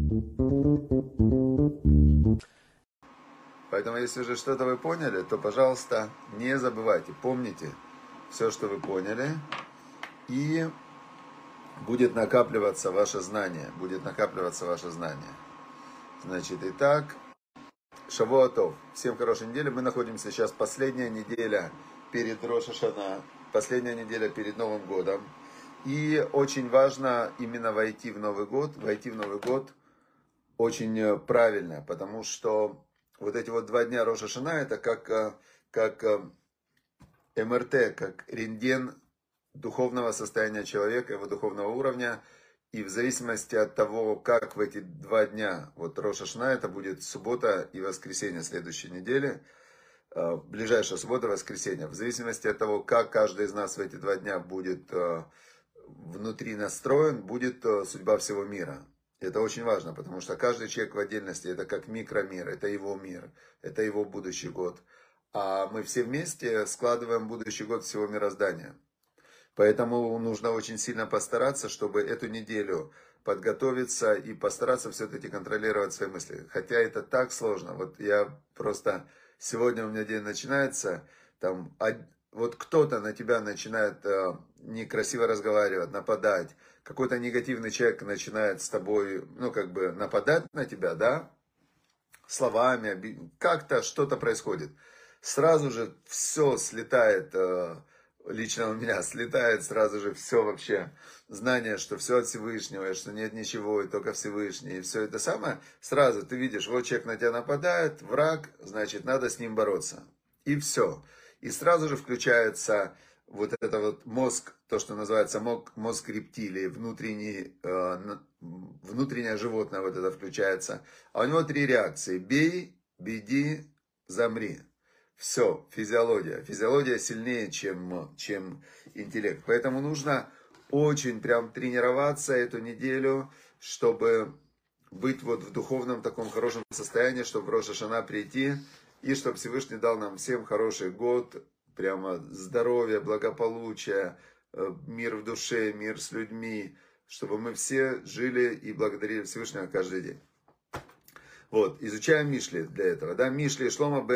Поэтому, если уже что-то вы поняли, то, пожалуйста, не забывайте, помните все, что вы поняли, и будет накапливаться ваше знание, будет накапливаться ваше знание. Значит, итак, Шавуа Тов. Всем хорошей недели. Мы находимся сейчас последняя неделя перед Рош ха-Шана, последняя неделя перед Новым годом. И очень важно именно войти в Новый год. Войти в Новый год очень правильно, потому что вот эти вот 2 дня Рош ха-Шана, это как МРТ, как рентген духовного состояния человека, его духовного уровня. И в зависимости от того, как в эти 2 дня, вот Рош ха-Шана, это будет суббота и воскресенье следующей недели, ближайшая суббота и воскресенье, в зависимости от того, как каждый из нас в эти 2 дня будет внутри настроен, будет судьба всего мира. Это очень важно, потому что каждый человек в отдельности, это как микромир, это его мир, это его будущий год. А мы все вместе складываем будущий год всего мироздания. Поэтому нужно очень сильно постараться, чтобы эту неделю подготовиться и постараться все-таки контролировать свои мысли. Хотя это так сложно. Вот я просто... Сегодня у меня день начинается, там, вот кто-то на тебя начинает некрасиво разговаривать, нападать. Какой-то негативный человек начинает с тобой, ну, как бы нападать на тебя, да, словами, как-то что-то происходит. Сразу же все слетает, лично у меня слетает сразу же все вообще, знание, что все от Всевышнего, что нет ничего, и только Всевышний, и все это самое, сразу ты видишь, вот человек на тебя нападает, враг, значит, надо с ним бороться. И все. И сразу же включается вот это вот мозг, то, что называется мозг рептилии, внутреннее животное вот это включается. А у него 3 реакции. Бей, беди, замри. Все, физиология. Физиология сильнее, чем интеллект. Поэтому нужно очень прям тренироваться эту неделю, чтобы быть вот в духовном таком хорошем состоянии, чтобы в Рош ха-Шана прийти, и чтобы Всевышний дал нам всем хороший год, прямо здоровье, благополучие, мир в душе, мир с людьми, чтобы мы все жили и благодарили Всевышнего каждый день. Вот, изучаем Мишли для этого, да, Мишли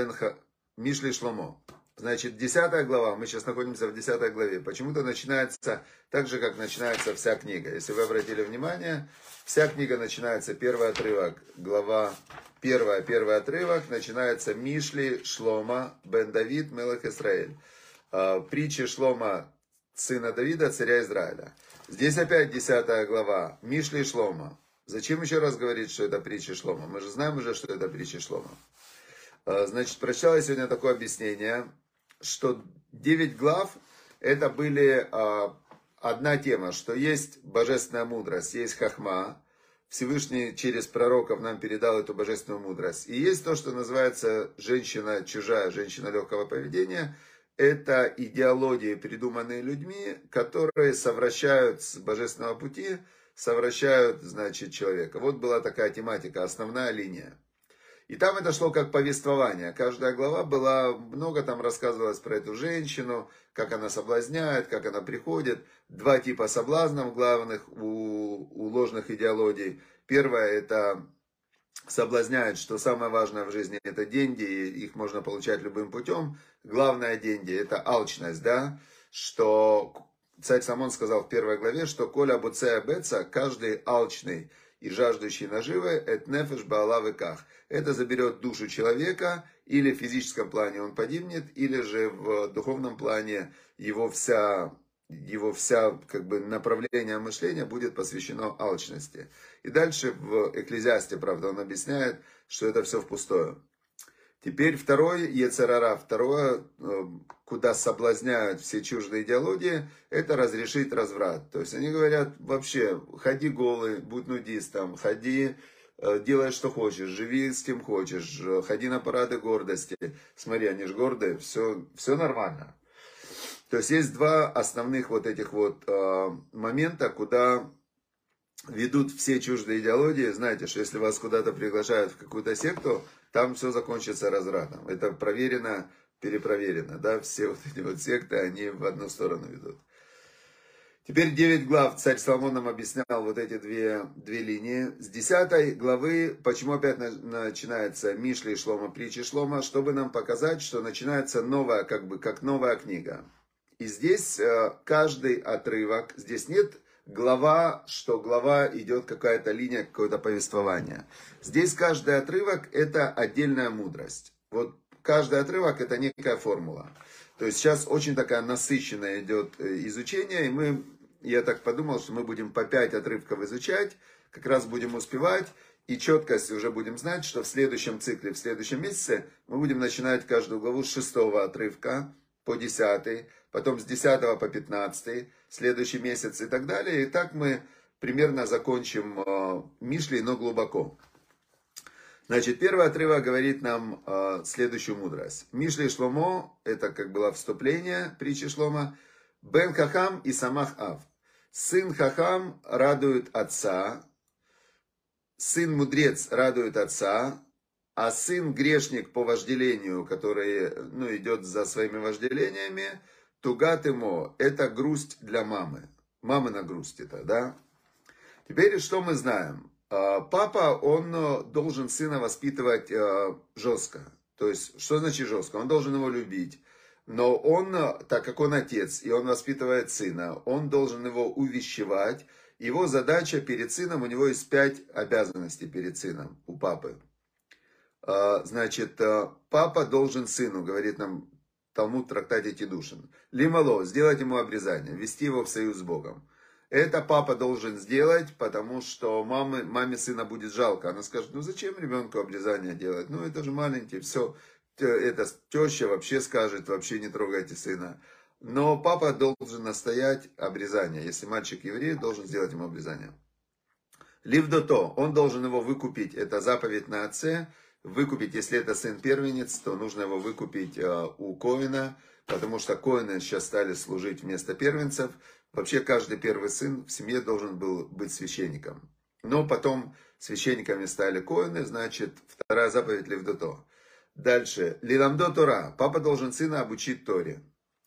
Шломо. Значит, 10 глава, мы сейчас находимся в 10 главе, почему-то начинается так же, как начинается вся книга. Если вы обратили внимание, вся книга начинается, первый отрывок, глава 1, первый отрывок, начинается Мишли Шлома бен Давид мелех Исраэль. Притчи Шлома, сына Давида, царя Израиля. Здесь опять 10 глава, Мишли Шлома. Зачем еще раз говорить, что это притча Шлома? Мы же знаем уже, что это притча Шлома. Значит, прочитал я сегодня такое объяснение, что 9 глав это были одна тема, что есть божественная мудрость, есть хахма, Всевышний через пророков нам передал эту божественную мудрость. И есть то, что называется женщина чужая, женщина легкого поведения, это идеологии, придуманные людьми, которые совращают с божественного пути, совращают, значит, человека. Вот была такая тематика, основная линия. И там это шло как повествование. Каждая глава была, много там рассказывалось про эту женщину, как она соблазняет, как она приходит. 2 типа соблазнов главных у ложных идеологий. Первое это соблазняет, что самое важное в жизни это деньги, и их можно получать любым путем. Главное деньги это алчность, да, что царь Соломон сказал в 1 главе, что «Коля буцея беца», каждый алчный и жаждущий наживы, «эт нефеш баала веках». Это заберет душу человека, или в физическом плане он погибнет, или же в духовном плане его вся как бы направление мышления будет посвящено алчности. И дальше в Экклезиасте, правда, он объясняет, что это все впустую. Теперь второй йецер ара, второе, куда соблазняют все чуждые идеологии, это разрешить разврат. То есть они говорят вообще, ходи голый, будь нудистом, ходи, делай что хочешь, живи с кем хочешь, ходи на парады гордости. Смотри, они же гордые, все нормально. То есть есть 2 основных вот этих вот момента, куда ведут все чуждые идеологии. Знаете, что если вас куда-то приглашают в какую-то секту, там все закончится развратом. Это проверено, перепроверено, да, все вот эти вот секты, они в одну сторону ведут. Теперь 9 глав царь Соломон нам объяснял вот эти две линии. С 10 главы, почему опять начинается Мишли, Шлома, притчи Шлома, чтобы нам показать, что начинается новая, как новая книга. И здесь каждый отрывок, здесь нет глава, что глава идет какая-то линия, какое-то повествование. Здесь каждый отрывок это отдельная мудрость. Вот каждый отрывок это некая формула. То есть сейчас очень такая насыщенная идет изучение, и я так подумал, что мы будем по 5 отрывков изучать, как раз будем успевать, и четкость уже будем знать, что в следующем цикле, в следующем месяце мы будем начинать каждую главу с 6 отрывка по 10, потом с 10 по 15, следующий месяц и так далее. И так мы примерно закончим Мишли, но глубоко. Значит, первый отрывок говорит нам следующую мудрость. Мишли Шломо, это как было вступление притчи Шлома, Бен Хахам и Самах Ав. Сын Хахам радует отца, сын мудрец радует отца, а сын грешник по вожделению, который идет за своими вожделениями, тугат ему, это грусть для мамы. Мамина грусть это, да? Теперь что мы знаем? Папа, он должен сына воспитывать жестко. То есть, что значит жестко? Он должен его любить. Но он, так как он отец, и он воспитывает сына, он должен его увещевать. Его задача перед сыном, у него есть 5 обязанностей перед сыном, у папы. Значит, папа должен сыну, говорит нам Талмуд в трактате Кидушин, лимало, сделать ему обрезание, ввести его в союз с Богом. Это папа должен сделать, потому что маме сына будет жалко. Она скажет, ну зачем ребенку обрезание делать? Ну это же маленький, все. Это теща вообще скажет, вообще не трогайте сына. Но папа должен настоять обрезание. Если мальчик еврей, должен сделать ему обрезание. Ливдото, он должен его выкупить. Это заповедь на отце. Выкупить, если это сын первенец, то нужно его выкупить у коэна, потому что коэны сейчас стали служить вместо первенцев. Вообще каждый первый сын в семье должен был быть священником. Но потом священниками стали коэны, значит, вторая заповедь Ливдото. Дальше. Лиламдо Тора. Папа должен сына обучить Торе.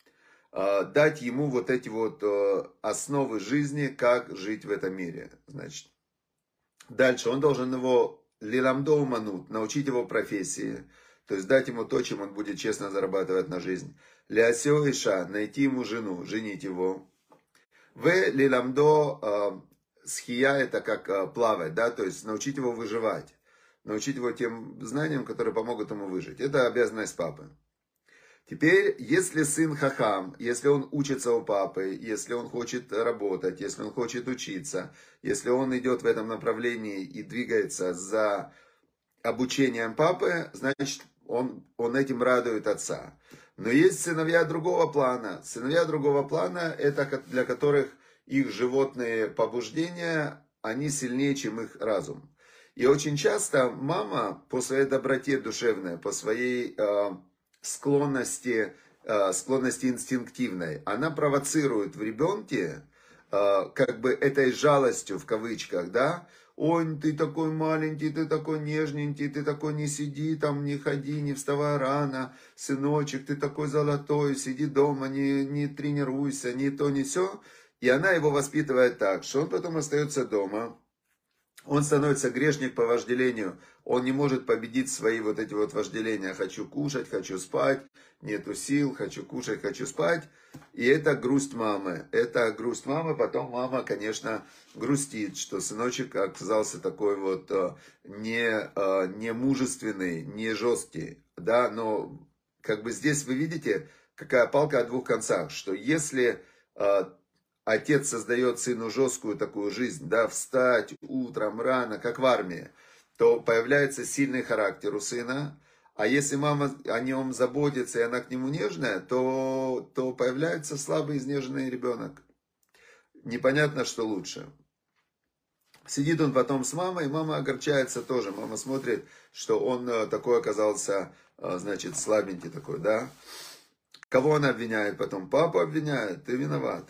Дать ему вот эти вот основы жизни, как жить в этом мире. Значит. Дальше. Он должен его лиламдо уманут, научить его профессии. То есть дать ему то, чем он будет честно зарабатывать на жизнь. Лясио Иша. Найти ему жену, женить его. В лиламдо схия, это как плавать, да, то есть научить его выживать. Научить его тем знаниям, которые помогут ему выжить. Это обязанность папы. Теперь, если сын хахам, если он учится у папы, если он хочет работать, если он хочет учиться, если он идет в этом направлении и двигается за обучением папы, значит, он этим радует отца. Но есть сыновья другого плана. Сыновья другого плана, это для которых их животные побуждения, они сильнее, чем их разум. И очень часто мама по своей доброте душевной, по своей склонности инстинктивной, она провоцирует в ребенке, как бы этой жалостью в кавычках, да, ой, ты такой маленький, ты такой нежненький, ты такой не сиди там, не ходи, не вставай рано, сыночек, ты такой золотой, сиди дома, не тренируйся, не то, не сё. И она его воспитывает так, что он потом остается дома. Он становится грешник по вожделению. Он не может победить свои вот эти вот вожделения. Хочу кушать, хочу спать, нету сил, хочу кушать, хочу спать. И это грусть мамы. Это грусть мамы. Потом мама, конечно, грустит, что сыночек оказался такой вот не мужественный, не жесткий. Да, но как бы здесь вы видите, какая палка о двух концах. Что если отец создает сыну жесткую такую жизнь, да, встать утром рано, как в армии, то появляется сильный характер у сына. А если мама о нем заботится, и она к нему нежная, то появляется слабый, изнеженный ребенок. Непонятно, что лучше. Сидит он потом с мамой, и мама огорчается тоже. Мама смотрит, что он такой оказался, значит, слабенький такой, да. Кого она обвиняет потом? Папу обвиняет, ты виноват.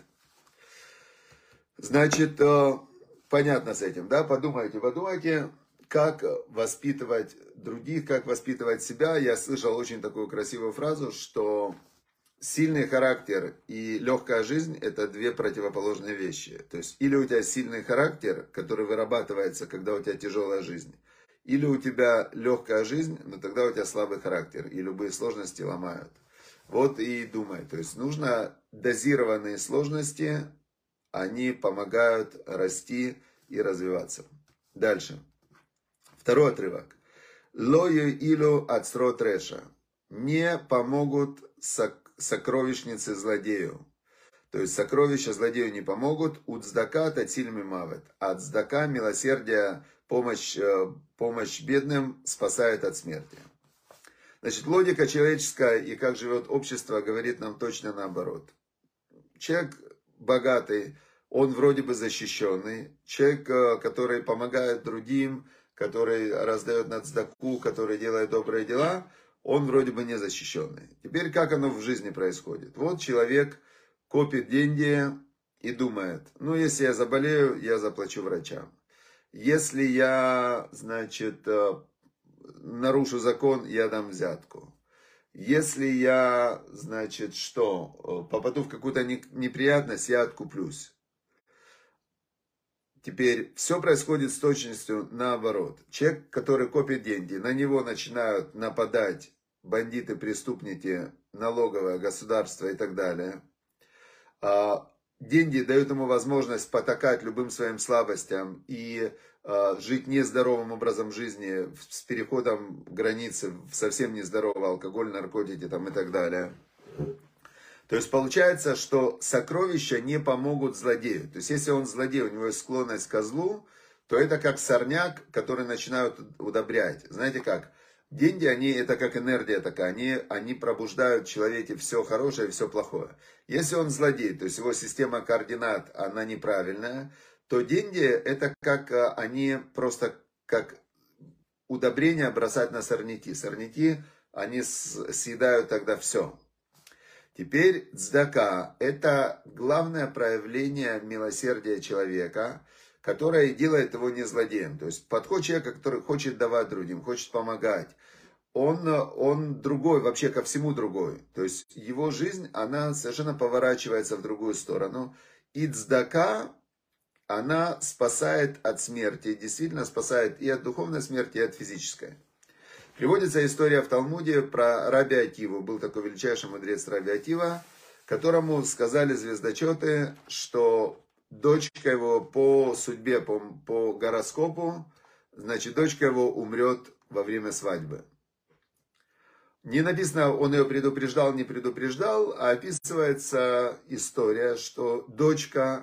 Значит, понятно с этим, да, подумайте, как воспитывать других, как воспитывать себя. Я слышал очень такую красивую фразу, что сильный характер и легкая жизнь – это две противоположные вещи. То есть, или у тебя сильный характер, который вырабатывается, когда у тебя тяжелая жизнь, или у тебя легкая жизнь, но тогда у тебя слабый характер, и любые сложности ломают. Вот и думай. То есть, нужно дозированные сложности, они помогают расти и развиваться. Дальше. Второй отрывок. Лою илю ацро треша. Не помогут сокровищницы злодею. То есть сокровища злодею не помогут. У цдака тациль мимавет. А цдака, милосердие, помощь бедным спасает от смерти. Значит, логика человеческая и как живет общество говорит нам точно наоборот. Человек богатый, он вроде бы защищенный. Человек, который помогает другим, который раздает на цдаку, который делает добрые дела, он вроде бы не защищенный. Теперь как оно в жизни происходит? Вот человек копит деньги и думает, ну если я заболею, я заплачу врачам. Если я, значит, нарушу закон, я дам взятку. Если я, значит, попаду в какую-то неприятность, я откуплюсь. Теперь все происходит с точностью наоборот. Человек, который копит деньги, на него начинают нападать бандиты, преступники, налоговое государство и так далее. Деньги дают ему возможность потакать любым своим слабостям и жить нездоровым образом жизни с переходом границы в совсем нездоровый алкоголь, наркотики там, и так далее. То есть получается, что сокровища не помогут злодею. То есть если он злодей, у него есть склонность к злу, то это как сорняк, который начинают удобрять. Знаете как? Деньги, это как энергия такая, они пробуждают в человеке все хорошее и все плохое. Если он злодей, то есть его система координат, она неправильная, то деньги это как они просто как удобрение бросать на сорняки. Сорняки, они съедают тогда все. Теперь цдака – это главное проявление милосердия человека, которое делает его не злодеем. То есть подход человека, который хочет давать другим, хочет помогать, он другой, вообще ко всему другой. То есть его жизнь, она совершенно поворачивается в другую сторону. И цдака, она спасает от смерти, действительно спасает и от духовной смерти, и от физической. Приводится история в Талмуде про Раби Акиву. Был такой величайший мудрец Раби Акива, которому сказали звездочеты, что дочка его по судьбе, по гороскопу, значит, дочка его умрет во время свадьбы. Не написано, он ее предупреждал, не предупреждал, а описывается история, что дочка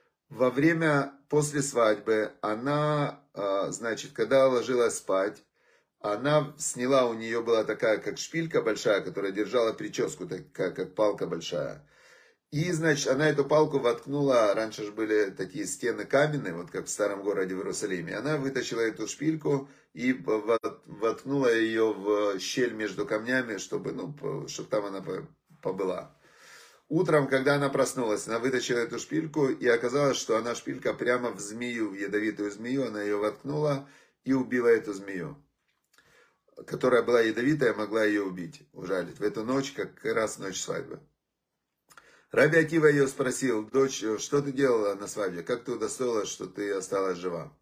после свадьбы, она, значит, когда ложилась спать, она сняла, у нее была такая, как шпилька большая, которая держала прическу, такая, как палка большая. И, значит, она эту палку воткнула, раньше же были такие стены каменные, вот как в старом городе в Иерусалиме. Она вытащила эту шпильку и воткнула ее в щель между камнями, чтобы там она побыла. Утром, когда она проснулась, она вытащила эту шпильку, и оказалось, что она шпилька прямо в змею, в ядовитую змею, она ее воткнула и убила эту змею, которая была ядовитая, могла ее убить, ужалить. В эту ночь, как раз ночь свадьбы. Раби Акива ее спросил: дочь, что ты делала на свадьбе? Как ты удостоилась, что ты осталась жива?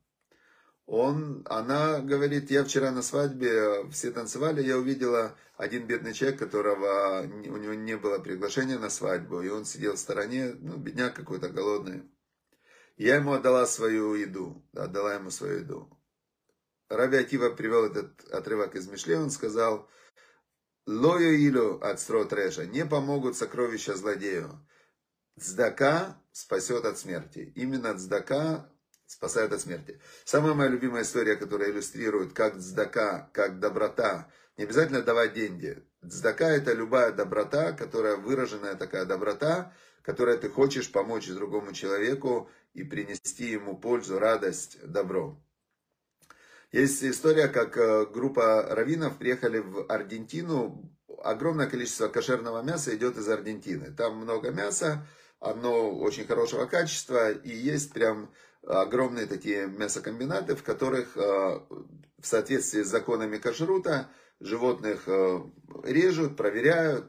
Она говорит: я вчера на свадьбе, все танцевали, я увидела один бедный человек, у него не было приглашения на свадьбу, и он сидел в стороне, бедняк какой-то голодный. Я ему отдала свою еду, отдала ему свою еду. Раби Акива привел этот отрывок из Мишле, он сказал: «Лою илю ацро треша, не помогут сокровища злодею. Цдака спасет от смерти». Именно цдака спасает от смерти. Самая моя любимая история, которая иллюстрирует, как цдака, как доброта. Не обязательно давать деньги. Цдака – это любая доброта, которая выраженная такая доброта, которой ты хочешь помочь другому человеку и принести ему пользу, радость, добро. Есть история, как группа раввинов приехали в Аргентину. Огромное количество кошерного мяса идет из Аргентины. Там много мяса, оно очень хорошего качества. И есть прям огромные такие мясокомбинаты, в которых в соответствии с законами кашрута животных режут, проверяют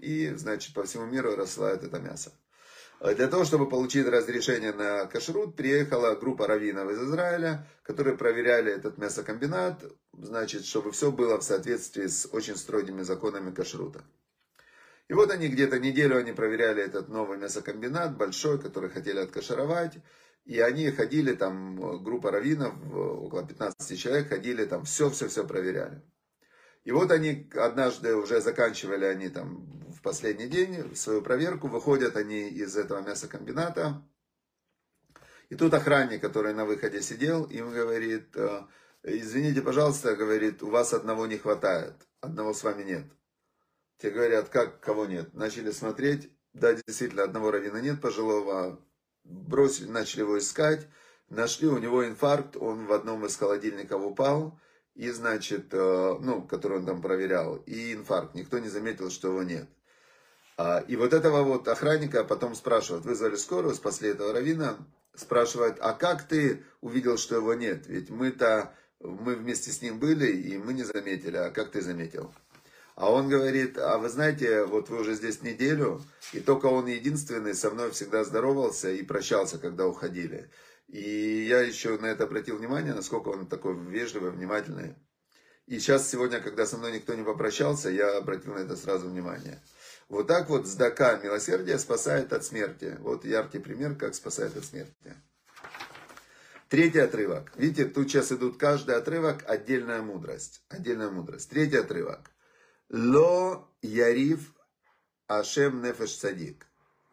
и, значит, по всему миру рассылают это мясо. Для того, чтобы получить разрешение на кашрут, приехала группа раввинов из Израиля, которые проверяли этот мясокомбинат, значит, чтобы все было в соответствии с очень строгими законами кашрута. И вот они где-то неделю они проверяли этот новый мясокомбинат, большой, который хотели откашаровать. И они ходили, там, группа раввинов, около 15 человек, ходили там, все проверяли. И вот они однажды уже заканчивали они там в последний день свою проверку, выходят они из этого мясокомбината. И тут охранник, который на выходе сидел, им говорит: извините, пожалуйста, говорит, у вас одного не хватает, одного с вами нет. Те говорят: как, кого нет? Начали смотреть, да, действительно, одного раввина нет пожилого, бросили, начали его искать, нашли, у него инфаркт, он в одном из холодильников упал, и, значит, который он там проверял, и инфаркт, никто не заметил, что его нет. И вот этого вот охранника потом спрашивают, вызвали скорую, спасли этого раввина, спрашивают: а как ты увидел, что его нет? Ведь мы вместе с ним были, и мы не заметили, а как ты заметил? А он говорит: а вы знаете, вот вы уже здесь неделю, и только он единственный со мной всегда здоровался и прощался, когда уходили. И я еще на это обратил внимание, насколько он такой вежливый, внимательный. И сейчас, сегодня, когда со мной никто не попрощался, я обратил на это сразу внимание. Вот так вот цдака, милосердие, спасает от смерти. Вот яркий пример, как спасает от смерти. Третий отрывок. Видите, тут сейчас идут каждый отрывок, отдельная мудрость. Отдельная мудрость. Третий отрывок. Ло ярив ашем нефеш цадик.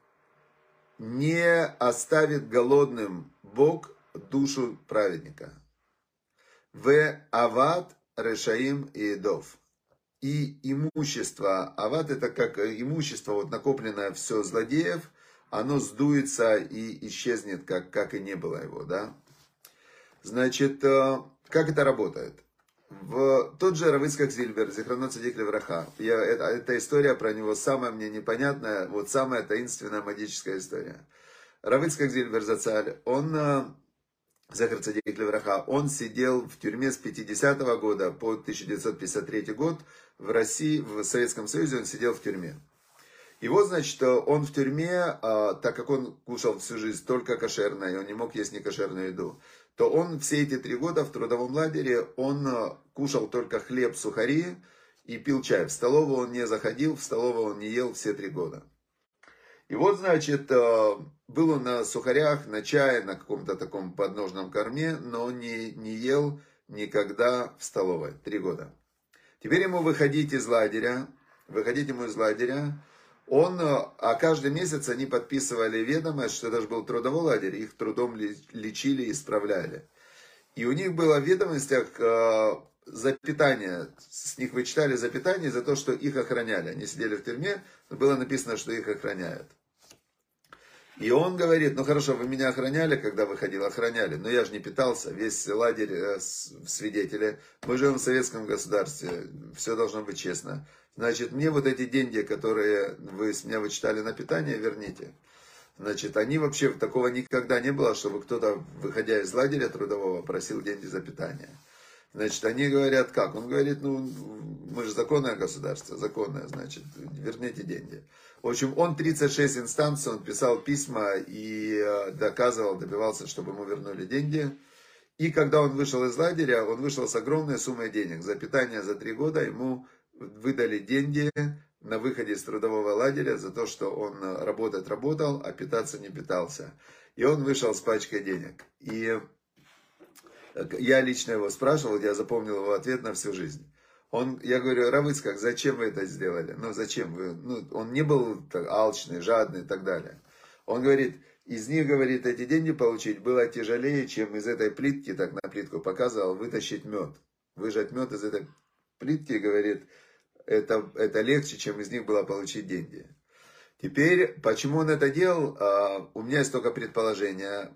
Не оставит голодным Бог душу праведника. В ават решаим и едов. И имущество, ават это как имущество, вот накопленное все злодеев, оно сдуется и исчезнет, как и не было его, да. Значит, как это работает? Тот же Рав Ицхак Зильбер, Зихроно цадик левраха, эта история про него самая мне непонятная, вот самая таинственная магическая история. Рав Ицхак Зильбер зацаль, он, Зихроно цадик левраха, он сидел в тюрьме с 50-го года по 1953 год в России, в Советском Союзе он сидел в тюрьме. И вот, значит, он в тюрьме, так как он кушал всю жизнь только кошерное, и он не мог есть некошерную еду, то он все эти 3 года в трудовом лагере, он кушал только хлеб, сухари и пил чай. В столовую он не заходил, в столовую он не ел все 3 года. И вот, значит, был он на сухарях, на чае, на каком-то таком подножном корме, но не ел никогда в столовой 3 года. Теперь ему выходить из лагеря, а каждый месяц они подписывали ведомость, что это же был трудовой лагерь, их трудом лечили и исправляли. И у них было в ведомостях за питание, с них вычитали за питание, за то, что их охраняли. Они сидели в тюрьме, но было написано, что их охраняют. И он говорит: ну хорошо, вы меня охраняли, когда выходил, охраняли, но я же не питался, весь лагерь свидетели, мы живем в советском государстве, все должно быть честно. Значит, мне вот эти деньги, которые вы с меня вычитали на питание, верните. Значит, они вообще, такого никогда не было, чтобы кто-то, выходя из лагеря трудового, просил деньги за питание. Значит, они говорят: как? Он говорит: ну, мы же законное государство, законное, значит, верните деньги. В общем, он 36 инстанций, он писал письма и доказывал, добивался, чтобы ему вернули деньги. И когда он вышел из лагеря, он вышел с огромной суммой денег. За питание за 3 года ему выдали деньги на выходе из трудового лагеря за то, что он работал, а питаться не питался. И он вышел с пачкой денег. И я лично его спрашивал, я запомнил его ответ на всю жизнь. Я говорю: Рав Ицхак, зачем вы это сделали? Ну, зачем вы? Ну, он не был алчный, жадный и так далее. Он говорит: из них, говорит, эти деньги получить было тяжелее, чем из этой плитки, так на плитку показывал, вытащить мед. Выжать мед из этой плитки, говорит, это легче, чем из них было получить деньги. Теперь, почему он это делал, у меня есть только предположение,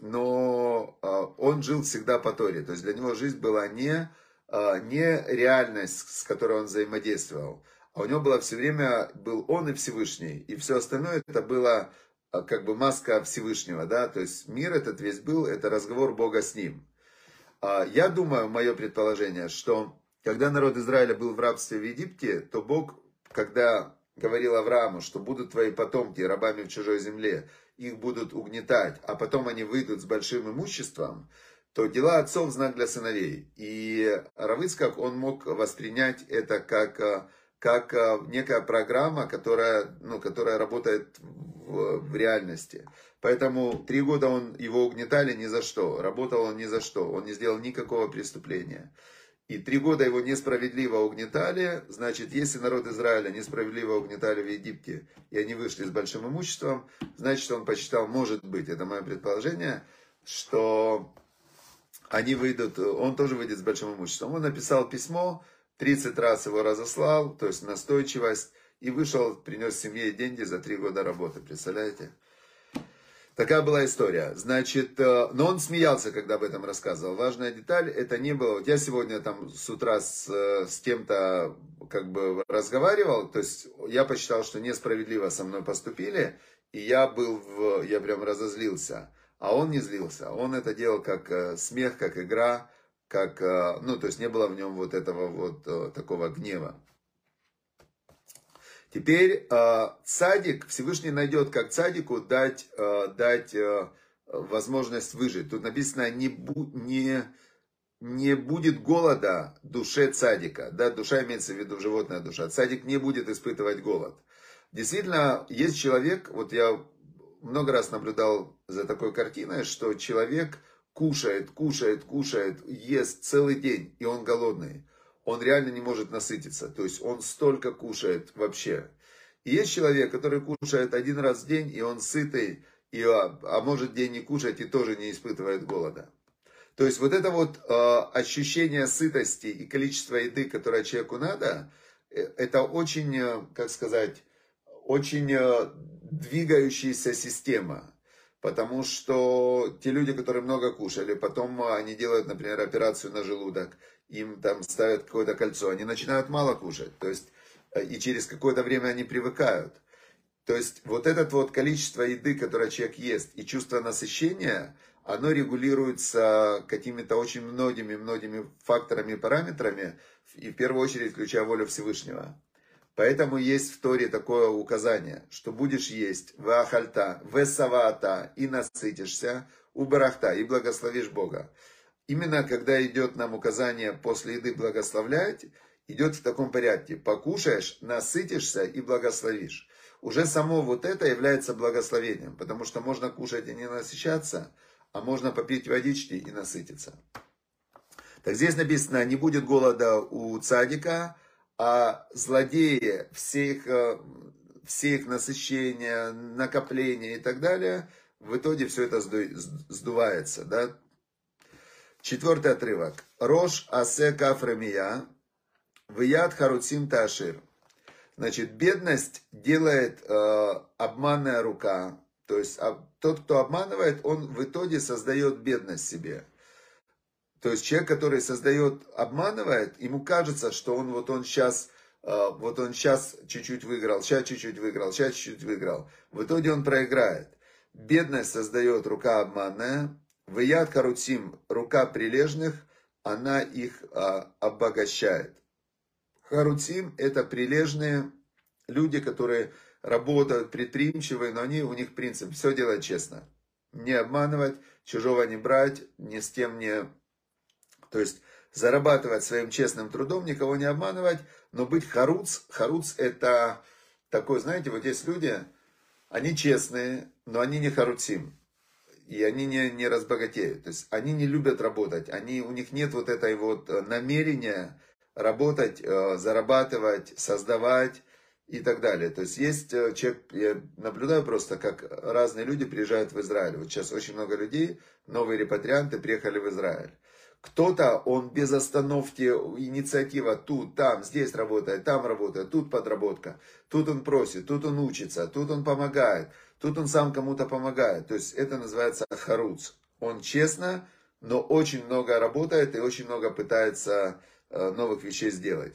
но он жил всегда по Торе. То есть для него жизнь была не реальность, с которой он взаимодействовал, а у него было все время, был он и Всевышний, и все остальное это было как бы маска Всевышнего, да, то есть мир этот весь был, это разговор Бога с ним. Я думаю, мое предположение, что когда народ Израиля был в рабстве в Египте, то Бог, когда говорил Аврааму, что будут твои потомки рабами в чужой земле, их будут угнетать, а потом они выйдут с большим имуществом, то дела отцов знак для сыновей. И Рав Ицхак, он мог воспринять это как некая программа, которая работает в реальности. Поэтому 3 года его угнетали ни за что, работал он ни за что, он не сделал никакого преступления. И 3 года его несправедливо угнетали, значит, если народ Израиля несправедливо угнетали в Египте, и они вышли с большим имуществом, значит, он посчитал, может быть, это мое предположение, что они выйдут, он тоже выйдет с большим имуществом. Он написал письмо, 30 раз его разослал, то есть настойчивость, и вышел, принес семье деньги за 3 года работы, представляете? Такая была история. Значит, но он смеялся, когда об этом рассказывал. Важная деталь, это не было... Вот я сегодня там с утра с кем-то как бы разговаривал, то есть я посчитал, что несправедливо со мной поступили, и я прям разозлился. А он не злился. Он это делал как смех, как игра, то есть не было в нем вот этого вот такого гнева. Теперь цадик, Всевышний найдет, как цадику дать возможность выжить. Тут написано, не будет голода душе цадика. Да, душа имеется в виду животная душа. Цадик не будет испытывать голод. Действительно, есть человек, вот я много раз наблюдал за такой картиной, что человек кушает, ест целый день, и он голодный. Он реально не может насытиться. То есть он столько кушает вообще. И есть человек, который кушает 1 раз в день, и он сытый, а может день не кушать и тоже не испытывает голода. То есть вот это вот ощущение сытости и количество еды, которое человеку надо, это очень, как сказать, очень двигающаяся система. Потому что те люди, которые много кушали, потом они делают, например, операцию на желудок, им там ставят какое-то кольцо, они начинают мало кушать, то есть, и через какое-то время они привыкают. То есть, вот это вот количество еды, которое человек ест, и чувство насыщения, оно регулируется какими-то очень многими факторами и параметрами, и в первую очередь включая волю Всевышнего. Поэтому есть в Торе такое указание, что будешь есть ваахальта, весаваата, и насытишься, убарахта, и благословишь Бога. Именно когда идет нам указание после еды благословлять, идет в таком порядке. Покушаешь, насытишься и благословишь. Уже само вот это является благословением, потому что можно кушать и не насыщаться, а можно попить водички и насытиться. Так здесь написано, не будет голода у цадика, а злодеи, все их насыщения, накопления и так далее, в итоге все это сдувается. Да? 4-й отрывок. Рош асе кафремия, вияд харуцим таашир. Значит, бедность делает обманная рука. То есть тот, кто обманывает, он в итоге создает бедность себе. То есть человек, который обманывает, ему кажется, что он сейчас чуть-чуть выиграл, сейчас чуть-чуть выиграл. В итоге он проиграет. Бедность создает рука обманная. Вияд харуцим, рука прилежных, она их обогащает. Харуцим – это прилежные люди, которые работают, предприимчивые, но у них принцип все делать честно. Не обманывать, чужого не брать, ни с кем не... То есть зарабатывать своим честным трудом, никого не обманывать, но быть харуц. Харуц – это такой, знаете, вот есть люди, они честные, но они не харуцим. И они не разбогатеют. То есть они не любят работать. У них нет вот этой вот намерения работать, зарабатывать, создавать и так далее. То есть есть человек, я наблюдаю просто, как разные люди приезжают в Израиль. Вот сейчас очень много людей, новые репатрианты приехали в Израиль. Кто-то, он без остановки, инициатива тут, там, здесь работает, там работает, тут подработка. Тут он просит, тут он учится, тут он помогает, тут он сам кому-то помогает. То есть это называется харуц. Он честно, но очень много работает и очень много пытается новых вещей сделать.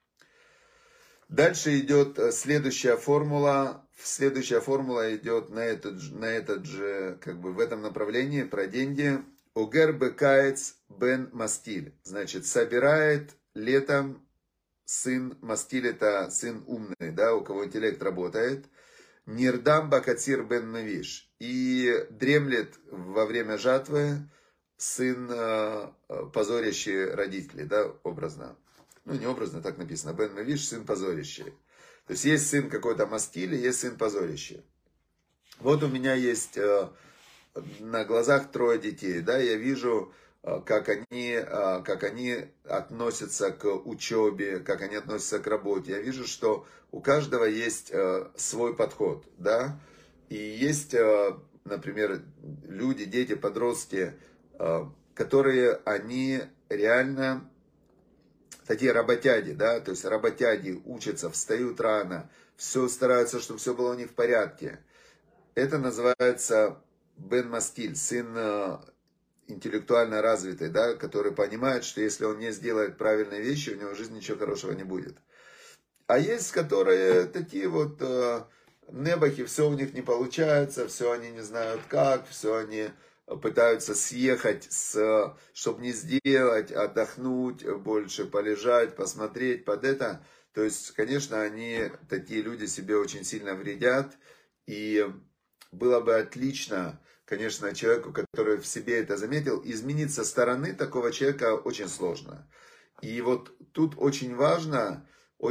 Дальше идет следующая формула. Следующая формула идет на этот же, как бы в этом направлении, про деньги. Огер бекаец бен мастиль. Значит, собирает летом сын Мастиль это сын умный, да, у кого интеллект работает. Нирдам Бакатир бен Мавиш. И дремлет во время жатвы сын позорящий родителей, да, образно. Ну, не образно, так написано. Бен Мавиш, сын позорящий. То есть сын какой-то Мастиль, есть сын позорящий. Вот у меня есть на глазах 3 детей, да, я вижу, как они относятся к учебе, как они относятся к работе. Я вижу, что у каждого есть свой подход, да, и есть, например, люди, дети, подростки, которые, они реально такие работяги, да, то есть работяги учатся, встают рано, все стараются, чтобы все было у них в порядке. Это называется Бен Мастиль, сын интеллектуально развитый, да, который понимает, что если он не сделает правильные вещи, у него в жизни ничего хорошего не будет. А есть, которые такие вот небахи, все у них не получается, все они не знают как, все они пытаются съехать, чтобы не сделать, отдохнуть больше, полежать, посмотреть под это. То есть, конечно, такие люди себе очень сильно вредят, и было бы отлично, конечно, человеку, который в себе это заметил, изменить со стороны такого человека очень сложно. И вот тут очень важно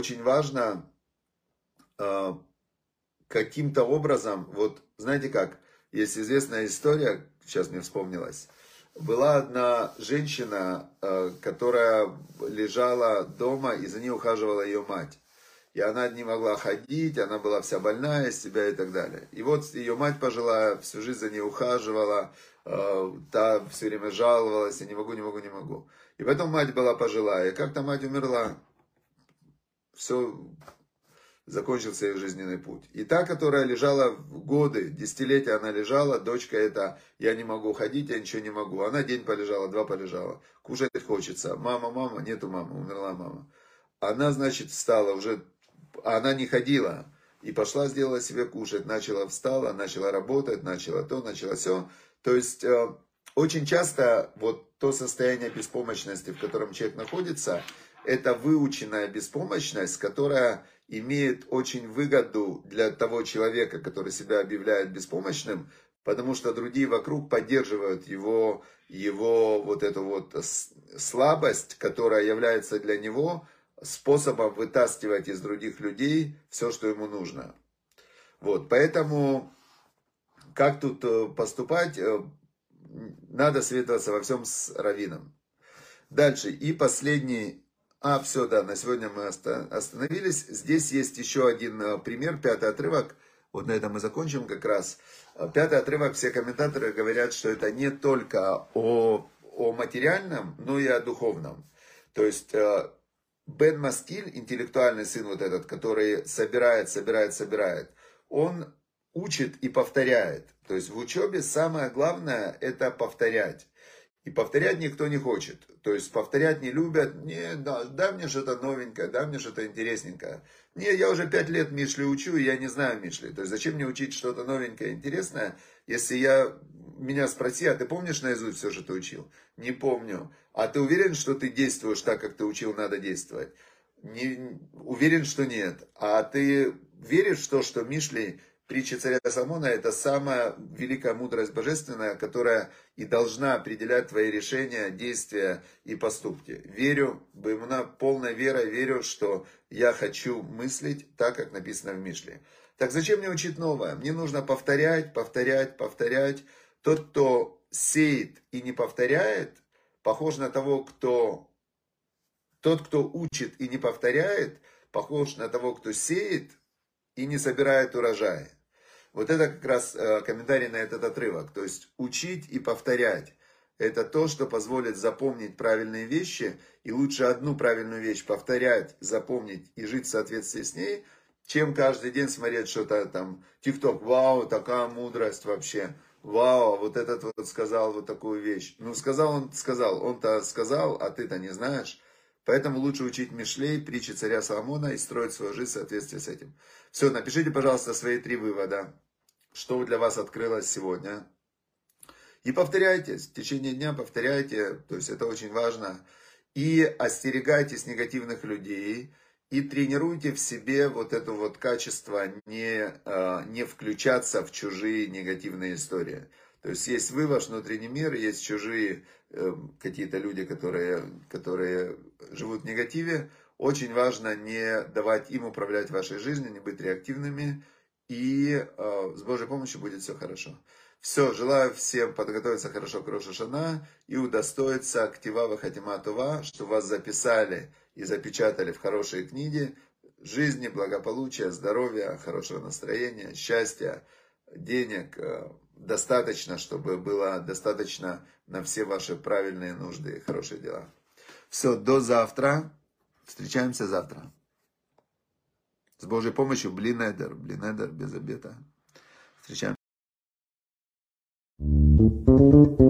каким-то образом, вот знаете как, есть известная история, сейчас мне вспомнилась, была одна женщина, которая лежала дома, и за ней ухаживала ее мать. И она не могла ходить, она была вся больная из себя и так далее. И вот ее мать пожилая всю жизнь за ней ухаживала, та все время жаловалась, я не могу. И потом мать была пожилая, и как-то мать умерла, все, закончился ее жизненный путь. И та, которая лежала годы, десятилетия она лежала, дочка эта, я не могу ходить, я ничего не могу. Она день полежала, 2 полежала, кушать хочется. Мама, нету мамы, умерла мама. Она, значит, встала уже, она не ходила. И пошла, сделала себе кушать, встала, начала работать, начала то, начала все. То есть, очень часто вот то состояние беспомощности, в котором человек находится, это выученная беспомощность, которая имеет очень выгоду для того человека, который себя объявляет беспомощным, потому что другие вокруг поддерживают его вот эту вот слабость, которая является для него способом вытаскивать из других людей все, что ему нужно. Вот, поэтому, как тут поступать, надо советоваться во всем с раввином. Дальше, и последний, все, да, на сегодня мы остановились. Здесь есть еще один пример, 5-й отрывок, вот на этом мы закончим как раз. 5-й отрывок, все комментаторы говорят, что это не только о материальном, но и о духовном. То есть, Бен Маскиль, интеллектуальный сын вот этот, который собирает, он учит и повторяет. То есть в учебе самое главное это повторять. И повторять никто не хочет. То есть повторять не любят. Не, дай мне что-то новенькое, дай мне что-то интересненькое. Не, я уже 5 лет Мишли учу, и я не знаю Мишли. То есть зачем мне учить что-то новенькое, интересное, если меня спроси, а ты помнишь наизусть все, что ты учил? Не помню. А ты уверен, что ты действуешь так, как ты учил, надо действовать? Уверен, что нет. А ты веришь в то, что Мишли, притча царя Соломона, это самая великая мудрость божественная, которая и должна определять твои решения, действия и поступки. Верю, полной верой верю, что я хочу мыслить так, как написано в Мишле. Так зачем мне учить новое? Мне нужно повторять. Тот, кто сеет и не повторяет, похож на того, тот, кто учит и не повторяет, похож на того, кто сеет и не собирает урожай. Вот это как раз комментарий на этот отрывок. То есть учить и повторять. Это то, что позволит запомнить правильные вещи. И лучше одну правильную вещь повторять, запомнить и жить в соответствии с ней, чем каждый день смотреть что-то там, ТикТок, вау, такая мудрость вообще. Вау, вот этот вот сказал вот такую вещь. Ну, он-то сказал, а ты-то не знаешь. Поэтому лучше учить Мишлей, притчи царя Соломона и строить свою жизнь в соответствии с этим. Все, напишите, пожалуйста, свои 3 вывода. Что для вас открылось сегодня. И повторяйте, в течение дня повторяйте, то есть это очень важно. И остерегайтесь негативных людей. И тренируйте в себе вот это вот качество не включаться в чужие негативные истории. То есть есть вы, ваш внутренний мир, есть чужие какие-то люди, которые живут в негативе. Очень важно не давать им управлять вашей жизнью, не быть реактивными. И с Божьей помощью будет все хорошо. Все, желаю всем подготовиться хорошо к Рош ха-Шана и удостоиться актива хатима това, что вас записали и запечатали в хорошие книги жизни, благополучия, здоровья, хорошего настроения, счастья, денег, достаточно, чтобы было достаточно на все ваши правильные нужды и хорошие дела. Все, до завтра. Встречаемся завтра. С Божьей помощью, блинедер, без обета. Встречаемся.